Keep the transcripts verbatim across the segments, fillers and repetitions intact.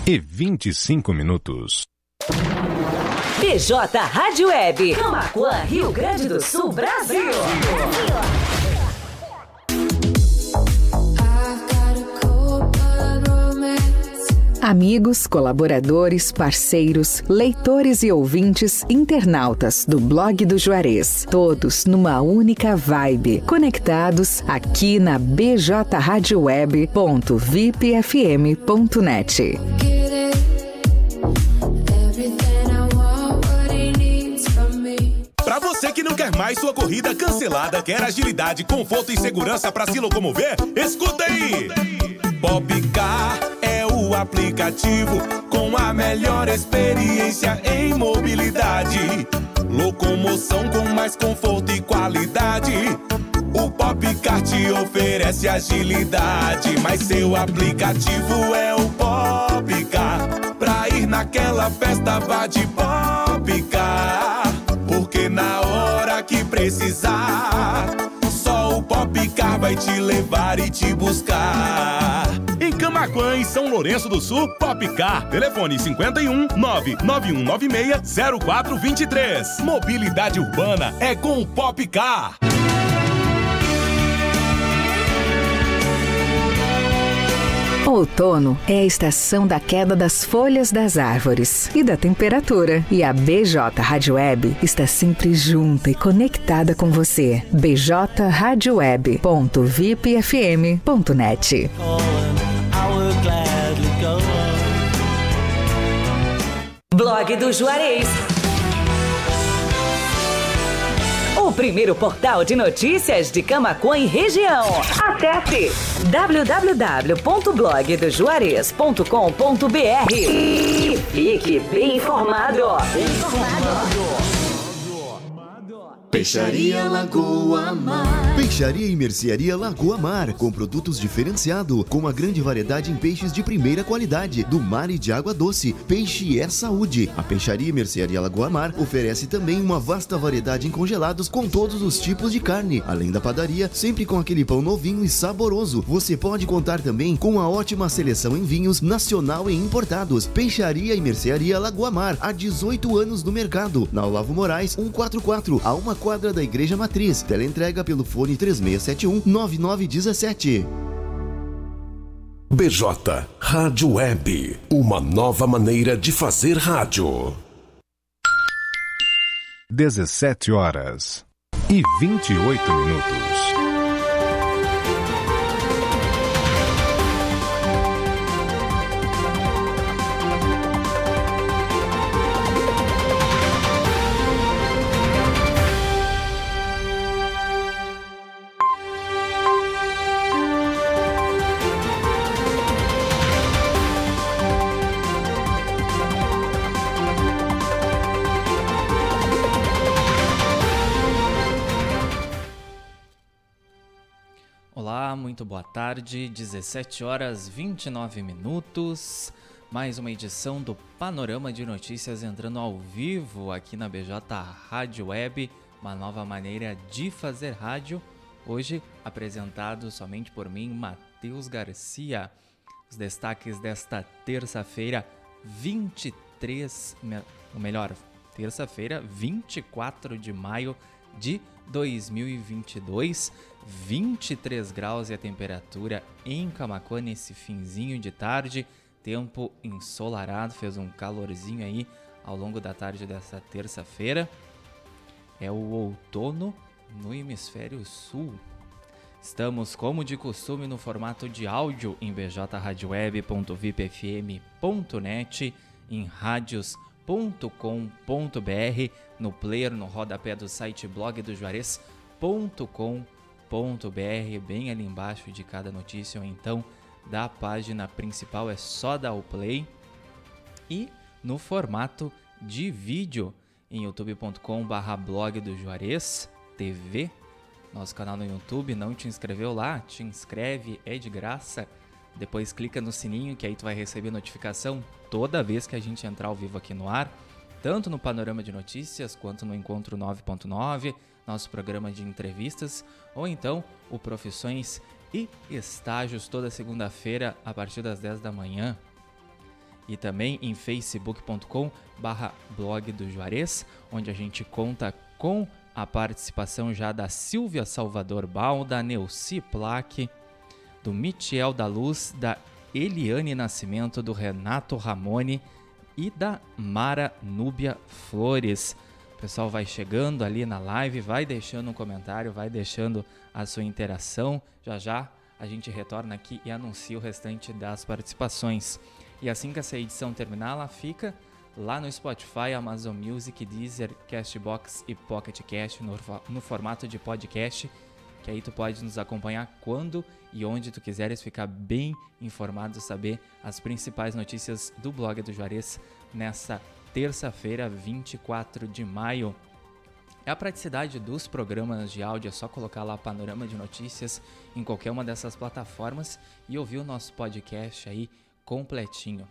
e vinte e cinco minutos. B J Rádio Web, Camaquã, Rio Grande do Sul, Brasil. Brasil. Amigos, colaboradores, parceiros, leitores e ouvintes, internautas do Blog do Juarez, todos numa única vibe, conectados aqui na b j rádio web ponto vip f m ponto net. Pra você que não quer mais sua corrida cancelada, quer agilidade, conforto e segurança pra se locomover, escuta aí! Popcar é o aplicativo com a melhor experiência em mobilidade. Locomoção com mais conforto e qualidade. O Popcar te oferece agilidade, mas seu aplicativo é o Popcar. Pra ir naquela festa vá de Popcar, porque na hora que precisar, só o Popcar vai te levar e te buscar. Em Camaquã e São Lourenço do Sul, Popcar. Telefone cinquenta e um, nove nove um nove seis, zero quatro dois três. Mobilidade urbana é com o Popcar. Outono é a estação da queda das folhas das árvores e da temperatura. E a B J Rádio Web está sempre junta e conectada com você. b j rádio web ponto vip f m ponto net. Blog do Juarez. O primeiro portal de notícias de Camaquã e região. Acesse w w w ponto blog do juarez ponto com ponto b r e fique bem informado. Bem informado. Peixaria Lagoa Mar. Peixaria e Mercearia Lagoa Mar, com produtos diferenciados, com uma grande variedade em peixes de primeira qualidade, do mar e de água doce. Peixe é saúde. A Peixaria e Mercearia Lagoa Mar oferece também uma vasta variedade em congelados com todos os tipos de carne. Além da padaria, sempre com aquele pão novinho e saboroso. Você pode contar também com uma ótima seleção em vinhos nacional e importados. Peixaria e Mercearia Lagoa Mar, há dezoito anos no mercado. Na Olavo Moraes, cento e quarenta e quatro, a uma quadra da Igreja Matriz. Teleentrega pelo fone três seis sete um, nove nove um sete. B J Rádio Web, uma nova maneira de fazer rádio. dezessete horas e vinte e oito minutos. Olá, muito boa tarde, dezessete horas e vinte e nove minutos, mais uma edição do Panorama de Notícias entrando ao vivo aqui na B J Rádio Web, uma nova maneira de fazer rádio, hoje apresentado somente por mim, Matheus Garcia. Os destaques desta terça-feira, vinte e três, ou melhor, terça-feira, vinte e quatro de maio de dois mil e vinte e dois, vinte e três graus e a temperatura em Camaquã nesse finzinho de tarde, tempo ensolarado, fez um calorzinho aí ao longo da tarde dessa terça-feira. É o outono no hemisfério sul. Estamos, como de costume, no formato de áudio em b j rádio web ponto vip f m ponto net, em rádios ponto com ponto b r, no player, no rodapé do site blog do juarez ponto com ponto b r, bem ali embaixo de cada notícia, ou então da página principal, é só dar o play. E no formato de vídeo em youtube ponto com barra blog do Juarez T V, nosso canal no YouTube. Não te inscreveu lá? Te inscreve, é de graça. Depois clica no sininho que aí tu vai receber notificação toda vez que a gente entrar ao vivo aqui no ar, tanto no Panorama de Notícias quanto no Encontro nove ponto nove, nosso programa de entrevistas, ou então o Profissões e Estágios, toda segunda-feira a partir das dez da manhã. e também em facebook ponto com barra blog do Juarez, onde a gente conta com a participação já da Silvia Salvador Bal, da Neuci Plaque, do Michel da Luz, da Eliane Nascimento, do Renato Ramone e da Mara Núbia Flores. O pessoal vai chegando ali na live, vai deixando um comentário, vai deixando a sua interação. Já já a gente retorna aqui e anuncia o restante das participações. E assim que essa edição terminar, ela fica lá no Spotify, Amazon Music, Deezer, Castbox e Pocket Cast no, no formato de podcast, que aí tu pode nos acompanhar quando e onde tu quiseres, ficar bem informado, saber as principais notícias do blog do Juarez nessa terça-feira, vinte e quatro de maio. É a praticidade dos programas de áudio, é só colocar lá Panorama de Notícias em qualquer uma dessas plataformas e ouvir o nosso podcast aí completinho.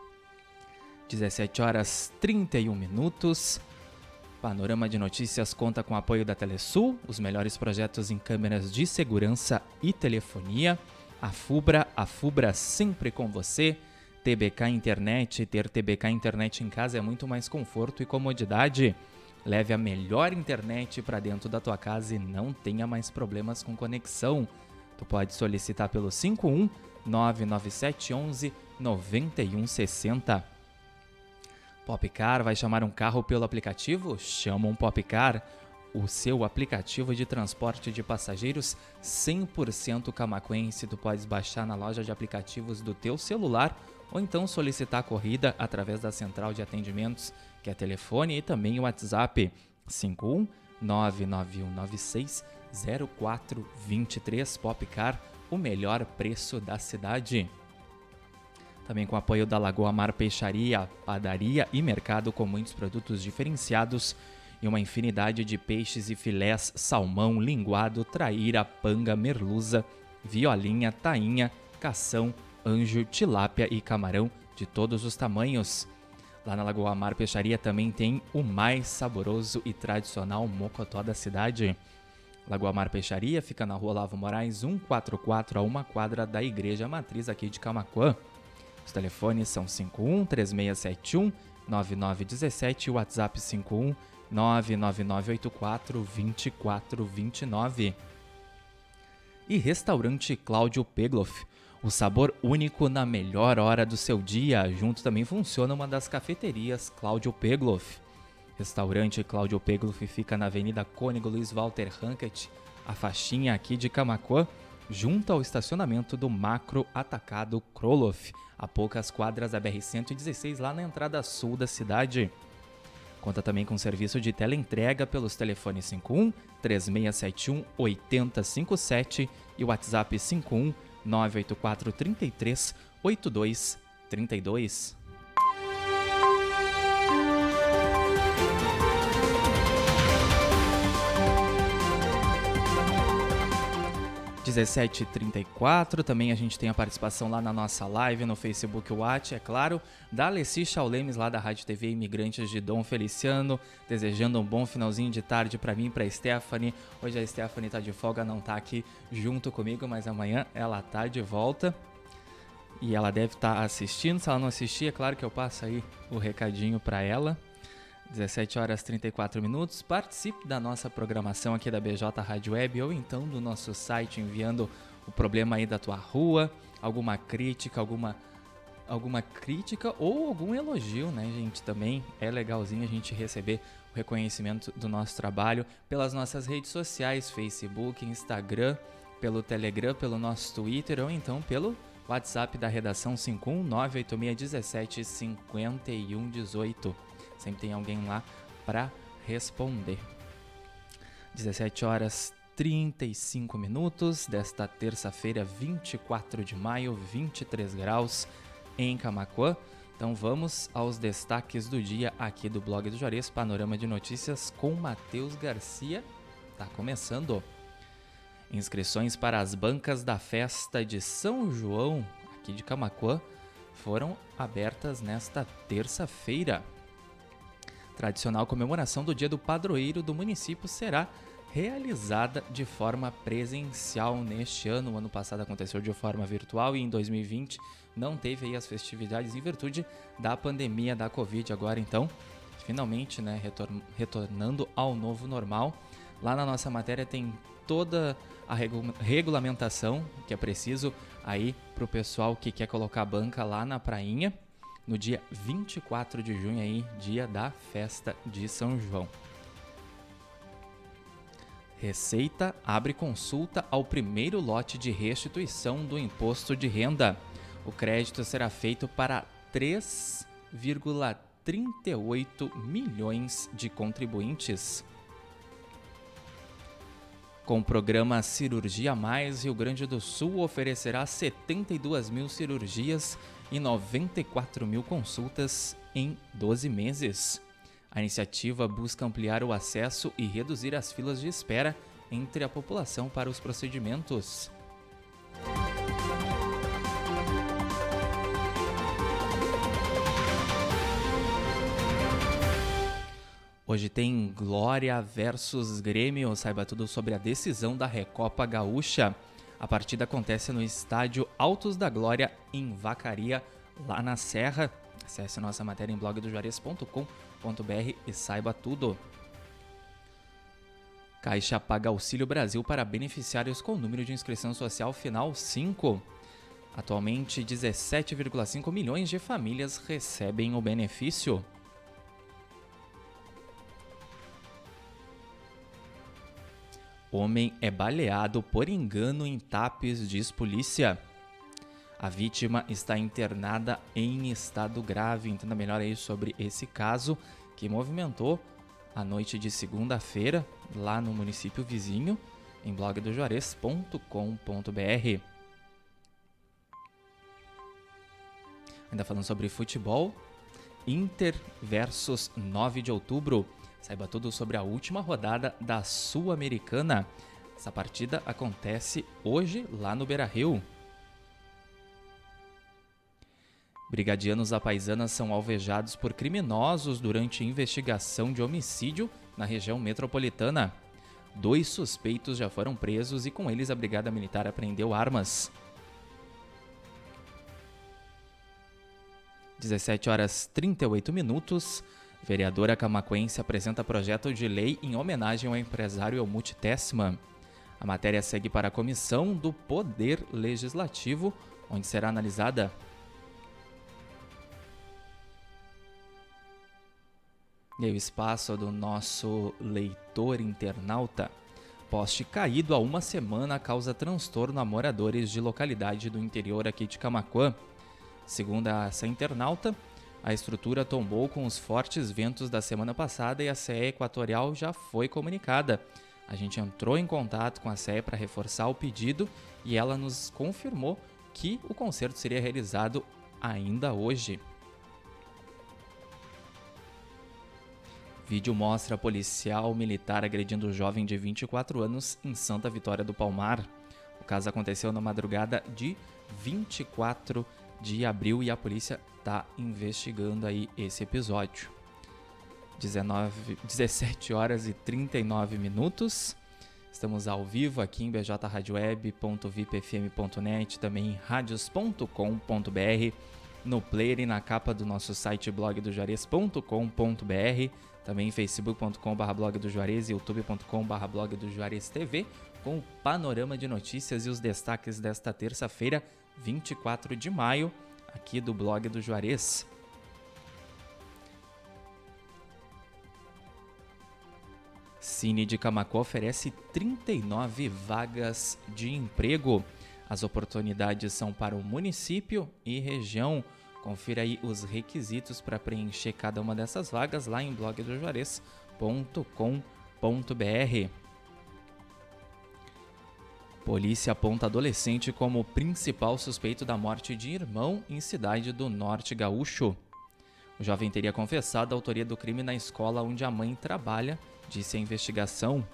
dezessete horas e trinta e um minutos. Panorama de Notícias conta com o apoio da Telesul, os melhores projetos em câmeras de segurança e telefonia. A Fubra, a Fubra sempre com você. T B K Internet, ter T B K Internet em casa é muito mais conforto e comodidade. Leve a melhor internet para dentro da tua casa e não tenha mais problemas com conexão. Tu pode solicitar pelo cinco um nove nove sete um um nove um seis zero. Popcar vai chamar um carro pelo aplicativo? Chama um Popcar, o seu aplicativo de transporte de passageiros cem por cento camaquense. Tu podes baixar na loja de aplicativos do teu celular ou então solicitar a corrida através da central de atendimentos, que é telefone e também o WhatsApp cinco um nove nove um nove seis zero quatro dois três. Popcar, o melhor preço da cidade. Também com o apoio da Lagoa Mar Peixaria, padaria e mercado com muitos produtos diferenciados e uma infinidade de peixes e filés, salmão, linguado, traíra, panga, merluza, violinha, tainha, cação, anjo, tilápia e camarão de todos os tamanhos. Lá na Lagoa Mar Peixaria também tem o mais saboroso e tradicional mocotó da cidade. Lagoa Mar Peixaria fica na rua Lavo Moraes cento e quarenta e quatro, a uma quadra da Igreja Matriz aqui de Camaquã. Os telefones são cinco um três seis sete um nove nove um sete e o WhatsApp cinco um nove nove nove oito quatro dois quatro dois nove. E Restaurante Cláudio Pegloff, o sabor único na melhor hora do seu dia. Junto também funciona uma das cafeterias Cláudio Pegloff. Restaurante Cláudio Pegloff fica na Avenida Cônego Luiz Walter Rankett, a faixinha aqui de Camaquã, junto ao estacionamento do Macro Atacado Kroloff, a poucas quadras da B R cento e dezesseis, lá na entrada sul da cidade. Conta também com serviço de teleentrega pelos telefones cinco um três seis sete um oito zero cinco sete e o WhatsApp cinco um nove oito quatro três três oito dois três dois. dezessete e trinta e quatro, também a gente tem a participação lá na nossa live no Facebook Watch, é claro, da Alessi Chaulemes lá da Rádio T V Imigrantes de Dom Feliciano, desejando um bom finalzinho de tarde para mim e para Stephanie. Hoje a Stephanie tá de folga, não tá aqui junto comigo, mas amanhã ela tá de volta e ela deve estar tá assistindo. Se ela não assistir, é claro que eu passo aí o recadinho para ela. dezessete horas e trinta e quatro minutos. Participe da nossa programação aqui da B J Rádio Web ou então do nosso site, enviando o problema aí da tua rua, alguma crítica, alguma, alguma crítica ou algum elogio, né, gente? Também é legalzinho a gente receber o reconhecimento do nosso trabalho pelas nossas redes sociais, Facebook, Instagram, pelo Telegram, pelo nosso Twitter ou então pelo WhatsApp da redação cinco um nove oito seis um sete cinco um um oito. Sempre tem alguém lá para responder. dezessete horas e trinta e cinco minutos desta terça-feira, vinte e quatro de maio, vinte e três graus em Camaquã. Então vamos aos destaques do dia aqui do blog do Juarez, Panorama de Notícias com Matheus Garcia. Tá começando. Inscrições para as bancas da festa de São João aqui de Camaquã foram abertas nesta terça-feira. Tradicional comemoração do Dia do Padroeiro do município será realizada de forma presencial neste ano. O ano passado aconteceu de forma virtual e em dois mil e vinte não teve aí as festividades em virtude da pandemia da Covid. Agora então, finalmente, né, retor- retornando ao novo normal. Lá na nossa matéria tem toda a regu- regulamentação que é preciso aí para o pessoal que quer colocar a banca lá na prainha no dia vinte e quatro de junho, aí, dia da festa de São João. Receita abre consulta ao primeiro lote de restituição do imposto de renda. O crédito será feito para três vírgula trinta e oito milhões de contribuintes. Com o programa Cirurgia Mais, Rio Grande do Sul oferecerá setenta e duas mil cirurgias e noventa e quatro mil consultas em doze meses. A iniciativa busca ampliar o acesso e reduzir as filas de espera entre a população para os procedimentos. Hoje tem Glória versus Grêmio. Saiba tudo sobre a decisão da Recopa Gaúcha. A partida acontece no estádio Altos da Glória, em Vacaria, lá na Serra. Acesse nossa matéria em blog do juarez ponto com ponto b r e saiba tudo. Caixa paga Auxílio Brasil para beneficiários com número de inscrição social final cinco. Atualmente, dezessete vírgula cinco milhões de famílias recebem o benefício. Homem é baleado por engano em Tapes, diz polícia. A vítima está internada em estado grave. Entenda melhor aí sobre esse caso que movimentou a noite de segunda-feira lá no município vizinho, em blog do juarez ponto com ponto b r. Ainda falando sobre futebol, Inter versus nove de outubro. Saiba tudo sobre a última rodada da Sul-Americana. Essa partida acontece hoje lá no Beira-Rio. Brigadianos da Paisana são alvejados por criminosos durante investigação de homicídio na região metropolitana. Dois suspeitos já foram presos e com eles a Brigada Militar apreendeu armas. dezessete horas e trinta e oito minutos. Vereadora camaquense apresenta projeto de lei em homenagem ao empresário Helmut Tessmann. A matéria segue para a Comissão do Poder Legislativo, onde será analisada. E aí o espaço do nosso leitor internauta. Poste caído há uma semana causa transtorno a moradores de localidade do interior aqui de Camaquã. Segundo essa internauta, a estrutura tombou com os fortes ventos da semana passada e a C E Equatorial já foi comunicada. A gente entrou em contato com a C E para reforçar o pedido e ela nos confirmou que o conserto seria realizado ainda hoje. Vídeo mostra policial militar agredindo um jovem de vinte e quatro anos em Santa Vitória do Palmar. O caso aconteceu na madrugada de vinte e quatro de abril e a polícia está investigando aí esse episódio. dezenove, dezessete horas e trinta e nove minutos. Estamos ao vivo aqui em b j radio web ponto vip f m ponto net, também em radios ponto com ponto b r, no player e na capa do nosso site blog do juarez ponto com ponto b r, também em facebook ponto com barra blog do Juarez e youtube ponto com barra blog do Juarez T V, com o panorama de notícias e os destaques desta terça-feira, vinte e quatro de maio, aqui do blog do Juarez. Cine de Camaquã oferece trinta e nove vagas de emprego. As oportunidades são para o município e região. Confira aí os requisitos para preencher cada uma dessas vagas lá em blog do juarez ponto com ponto b r. Polícia aponta adolescente como principal suspeito da morte de irmão em cidade do Norte Gaúcho. O jovem teria confessado a autoria do crime na escola onde a mãe trabalha, disse a investigação.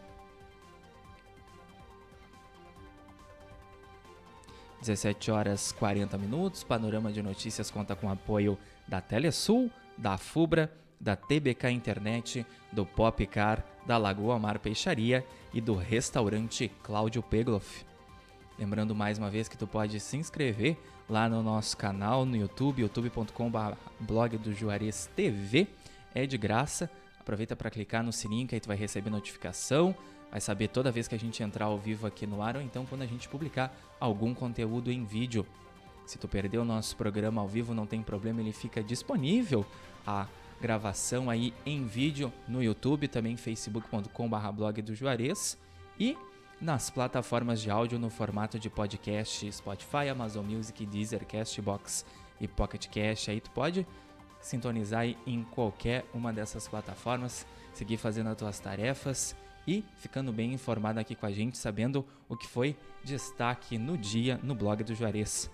dezessete horas e quarenta minutos. Panorama de Notícias conta com apoio da Telesul, da Fubra, da T B K Internet, do Popcar, da Lagoa Mar Peixaria e do restaurante Cláudio Pegloff. Lembrando mais uma vez que tu pode se inscrever lá no nosso canal no YouTube, youtube ponto com barra blog do Juarez T V, é de graça. Aproveita para clicar no sininho que aí tu vai receber notificação, vai saber toda vez que a gente entrar ao vivo aqui no ar ou então quando a gente publicar algum conteúdo em vídeo. Se tu perdeu o nosso programa ao vivo, não tem problema, ele fica disponível a gravação aí em vídeo no YouTube, também facebook ponto com barra blog do Juarez e nas plataformas de áudio no formato de podcast, Spotify, Amazon Music, Deezer, Castbox e Pocket Cast. Aí tu pode sintonizar aí em qualquer uma dessas plataformas, seguir fazendo as tuas tarefas e ficando bem informado aqui com a gente, sabendo o que foi destaque no dia no blog do Juarez.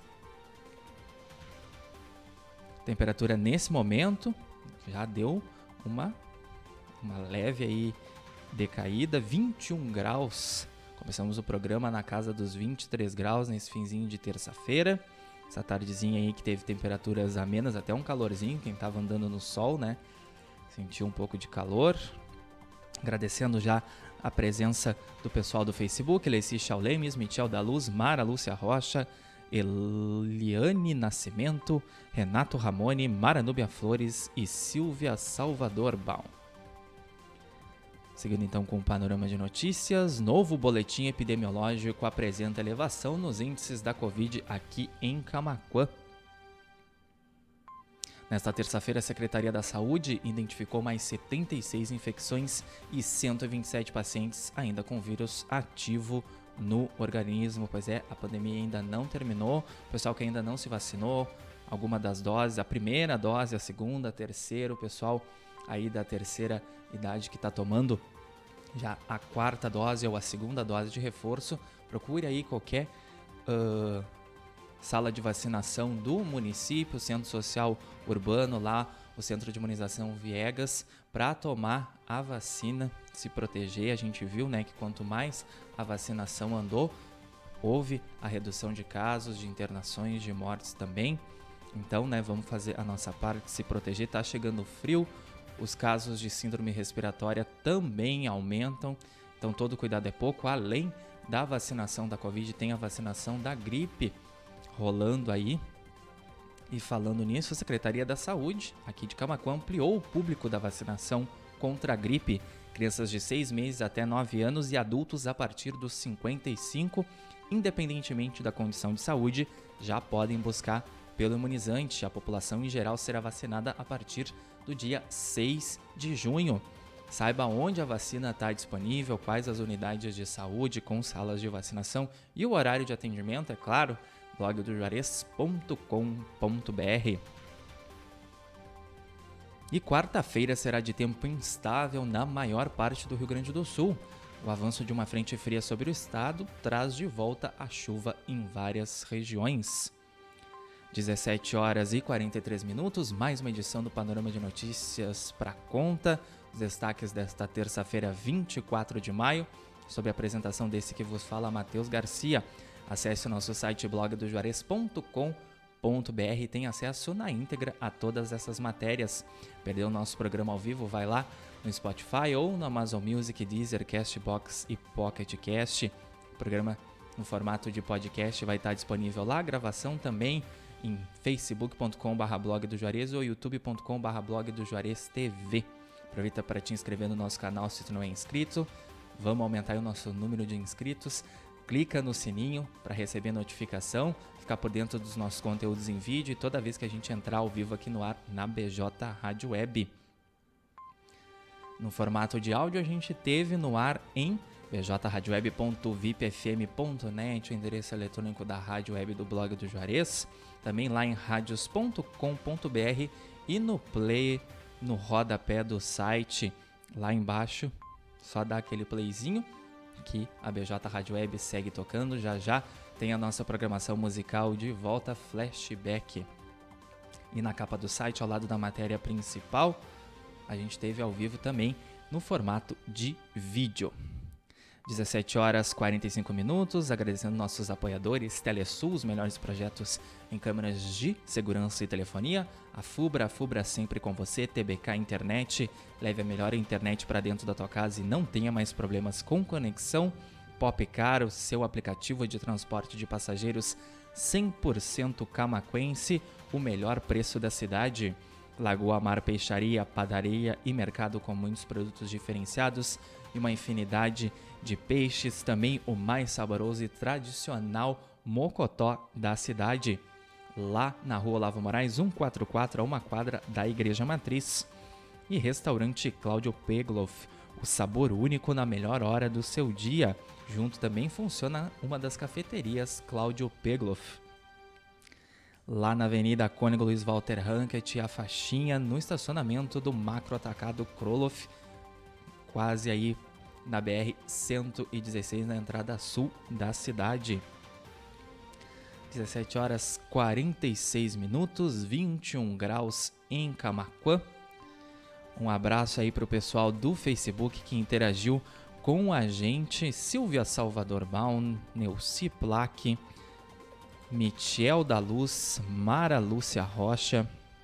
Temperatura nesse momento já deu uma, uma leve aí decaída, vinte e um graus. Começamos o programa na casa dos vinte e três graus nesse finzinho de terça-feira. Essa tardezinha aí que teve temperaturas amenas, até um calorzinho, quem tava andando no sol, né? Sentiu um pouco de calor. Agradecendo já a presença do pessoal do Facebook, Leci Chaulemes, Michel da Luz, Mara Lúcia Rocha, Eliane Nascimento, Renato Ramone, Mara Núbia Flores e Silvia Salvador Baum. Seguindo então com o panorama de notícias, novo boletim epidemiológico apresenta elevação nos índices da Covid aqui em Camaquã. Nesta terça-feira, a Secretaria da Saúde identificou mais setenta e seis infecções e cento e vinte e sete pacientes ainda com vírus ativo no organismo. Pois é, a pandemia ainda não terminou, o pessoal que ainda não se vacinou, alguma das doses, a primeira dose, a segunda, a terceira, o pessoal aí da terceira idade que está tomando já a quarta dose ou a segunda dose de reforço, procure aí qualquer uh, sala de vacinação do município, Centro Social Urbano, lá o Centro de Imunização Viegas, para tomar a vacina, se proteger. A gente viu, né, que quanto mais a vacinação andou, houve a redução de casos, de internações, de mortes também. Então, né, vamos fazer a nossa parte, se proteger. Tá chegando frio, os casos de síndrome respiratória também aumentam, então todo cuidado é pouco. Além da vacinação da Covid, tem a vacinação da gripe rolando aí. E falando nisso, a Secretaria da Saúde aqui de Camaquã ampliou o público da vacinação contra a gripe. Crianças de seis meses até nove anos e adultos a partir dos cinquenta e cinco, independentemente da condição de saúde, já podem buscar pelo imunizante. A população em geral será vacinada a partir do dia seis de junho. Saiba onde a vacina está disponível, quais as unidades de saúde com salas de vacinação e o horário de atendimento, é claro, blog do juarez ponto com ponto br. E quarta-feira será de tempo instável na maior parte do Rio Grande do Sul. O avanço de uma frente fria sobre o estado traz de volta a chuva em várias regiões. dezessete horas e quarenta e três minutos, mais uma edição do Panorama de Notícias para conta. Os destaques desta terça-feira, vinte e quatro de maio, sob a apresentação desse que vos fala, Matheus Garcia. Acesse o nosso site blog do juarez ponto com ponto br e tem acesso na íntegra a todas essas matérias. Perdeu o nosso programa ao vivo? Vai lá no Spotify ou no Amazon Music, Deezer, Castbox e Pocket Cast. O programa no formato de podcast vai estar disponível lá, a gravação também em facebook ponto com barra blog do Juarez ou youtube ponto com barra blog do Juarez T V. Aproveita para te inscrever no nosso canal se tu não é inscrito. Vamos aumentar o nosso número de inscritos. Clica no sininho para receber notificação, ficar por dentro dos nossos conteúdos em vídeo e toda vez que a gente entrar ao vivo aqui no ar na B J Rádio Web. No formato de áudio a gente teve no ar em b j radio web ponto vip f m ponto net, o endereço eletrônico da Rádio Web do blog do Juarez, também lá em radios ponto com ponto br e no play, no rodapé do site, lá embaixo, só dá aquele playzinho que a B J Rádio Web segue tocando. Já já tem a nossa programação musical de volta, flashback. E na capa do site, ao lado da matéria principal, a gente teve ao vivo também no formato de vídeo. dezessete horas e quarenta e cinco minutos, agradecendo nossos apoiadores, Telesul, os melhores projetos em câmeras de segurança e telefonia, a Fubra, a Fubra sempre com você, T B K Internet, leve a melhor internet para dentro da tua casa e não tenha mais problemas com conexão, Popcar, o seu aplicativo de transporte de passageiros cem por cento camaquense, o melhor preço da cidade, Lagoa Mar Peixaria, padaria e mercado com muitos produtos diferenciados e uma infinidade de peixes, também o mais saboroso e tradicional mocotó da cidade, lá na rua Olavo Moraes cento e quarenta e quatro, a uma quadra da Igreja Matriz. E restaurante Cláudio Pegloff, o sabor único na melhor hora do seu dia. Junto também funciona uma das cafeterias Cláudio Pegloff. Lá na Avenida Cônego Luiz Walter Rankett, a faixinha no estacionamento do Macro Atacado Kroloff, quase aí na B R cento e dezesseis, na entrada sul da cidade. dezessete horas e quarenta e seis minutos, vinte e um graus em Camaquã. Um abraço aí para o pessoal do Facebook que interagiu com a gente. Silvia Salvador Baum, Neuci Plaque, Michel da Luz, Mara Lúcia Rocha,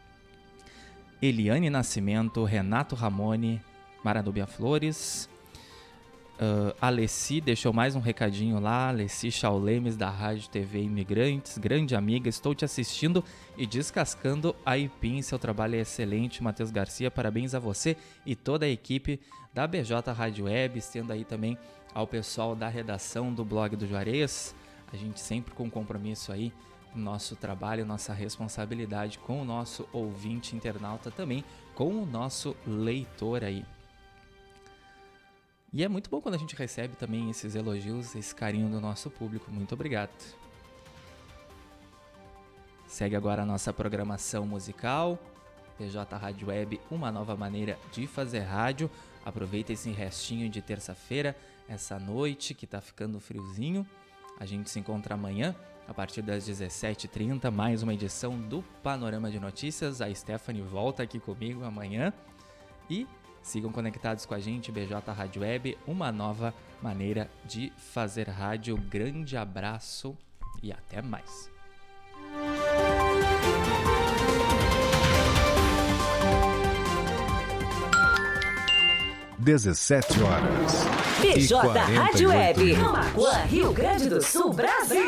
Eliane Nascimento, Renato Ramone, Maranúbia Flores, uh, Alessi deixou mais um recadinho lá, Alessi Chaulemes da Rádio T V Imigrantes, grande amiga, estou te assistindo e descascando a aipim, seu trabalho é excelente, Matheus Garcia, parabéns a você e toda a equipe da B J Rádio Web, estendo aí também ao pessoal da redação do blog do Juarez, a gente sempre com compromisso aí, nosso trabalho, nossa responsabilidade com o nosso ouvinte internauta, também com o nosso leitor aí. E é muito bom quando a gente recebe também esses elogios, esse carinho do nosso público. Muito obrigado. Segue agora a nossa programação musical. B J Rádio Web, uma nova maneira de fazer rádio. Aproveita esse restinho de terça-feira, essa noite que tá ficando friozinho. A gente se encontra amanhã, a partir das dezessete e trinta, mais uma edição do Panorama de Notícias. A Stephanie volta aqui comigo amanhã. E sigam conectados com a gente, B J Rádio Web, uma nova maneira de fazer rádio. Grande abraço e até mais. dezessete horas. B J Rádio Web, Camaquã, Rio Grande do Sul, Brasil.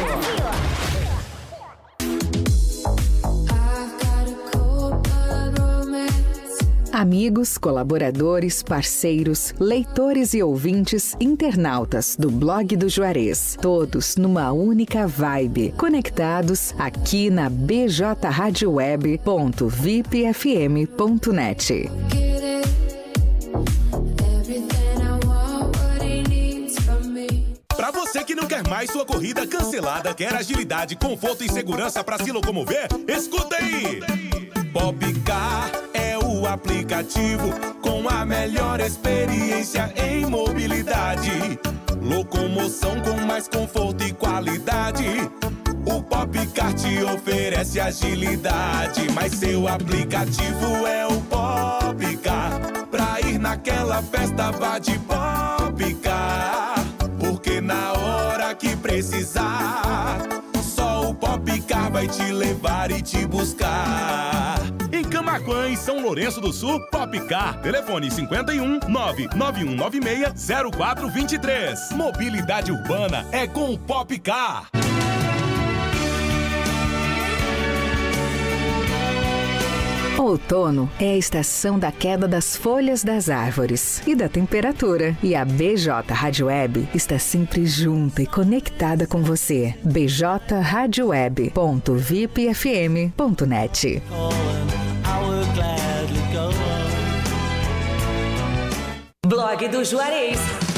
Amigos, colaboradores, parceiros, leitores e ouvintes, internautas do blog do Juarez, todos numa única vibe, conectados aqui na b j rádio web ponto vip f m ponto net. Pra você que não quer mais sua corrida cancelada, quer agilidade, conforto e segurança pra se locomover, escuta aí! Popcar é o aplicativo com a melhor experiência em mobilidade. Locomoção com mais conforto e qualidade. O Popcar te oferece agilidade, mas seu aplicativo é o Popcar. Pra ir naquela festa vá de Popcar, porque na hora que precisar, só o Popcar vai te levar e te buscar. Em Camaquã e São Lourenço do Sul, Popcar. Telefone cinquenta e um, nove nove um nove seis, zero quatro dois três. Mobilidade urbana é com o Popcar. Outono é a estação da queda das folhas das árvores e da temperatura. E a B J Rádio Web está sempre junta e conectada com você. b j rádio web ponto vip f m ponto net. Blog do Juarez.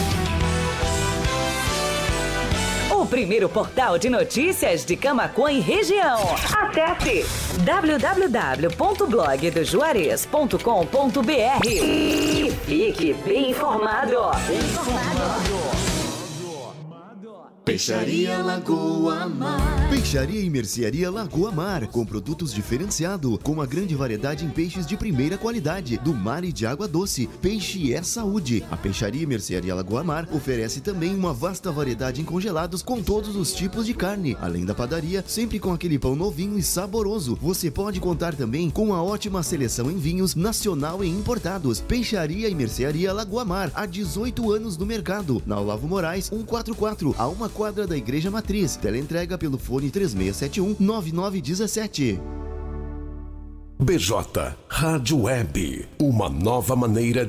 O primeiro portal de notícias de Camaquã e região. Acesse w w w ponto blog do juarez ponto com ponto b r e fique bem informado. Bem informado. Peixaria Lagoa Mar. Peixaria e Mercearia Lagoa Mar, com produtos diferenciados, com uma grande variedade em peixes de primeira qualidade, do mar e de água doce. Peixe é saúde. A Peixaria e Mercearia Lagoa Mar oferece também uma vasta variedade em congelados com todos os tipos de carne. Além da padaria, sempre com aquele pão novinho e saboroso. Você pode contar também com uma ótima seleção em vinhos nacional e importados. Peixaria e Mercearia Lagoa Mar, há dezoito anos no mercado. Na Olavo Moraes, cento e quarenta e quatro, a uma quadra da Igreja Matriz. Teleentrega pelo fone três seis sete um, nove nove um sete. B J Rádio Web, uma nova maneira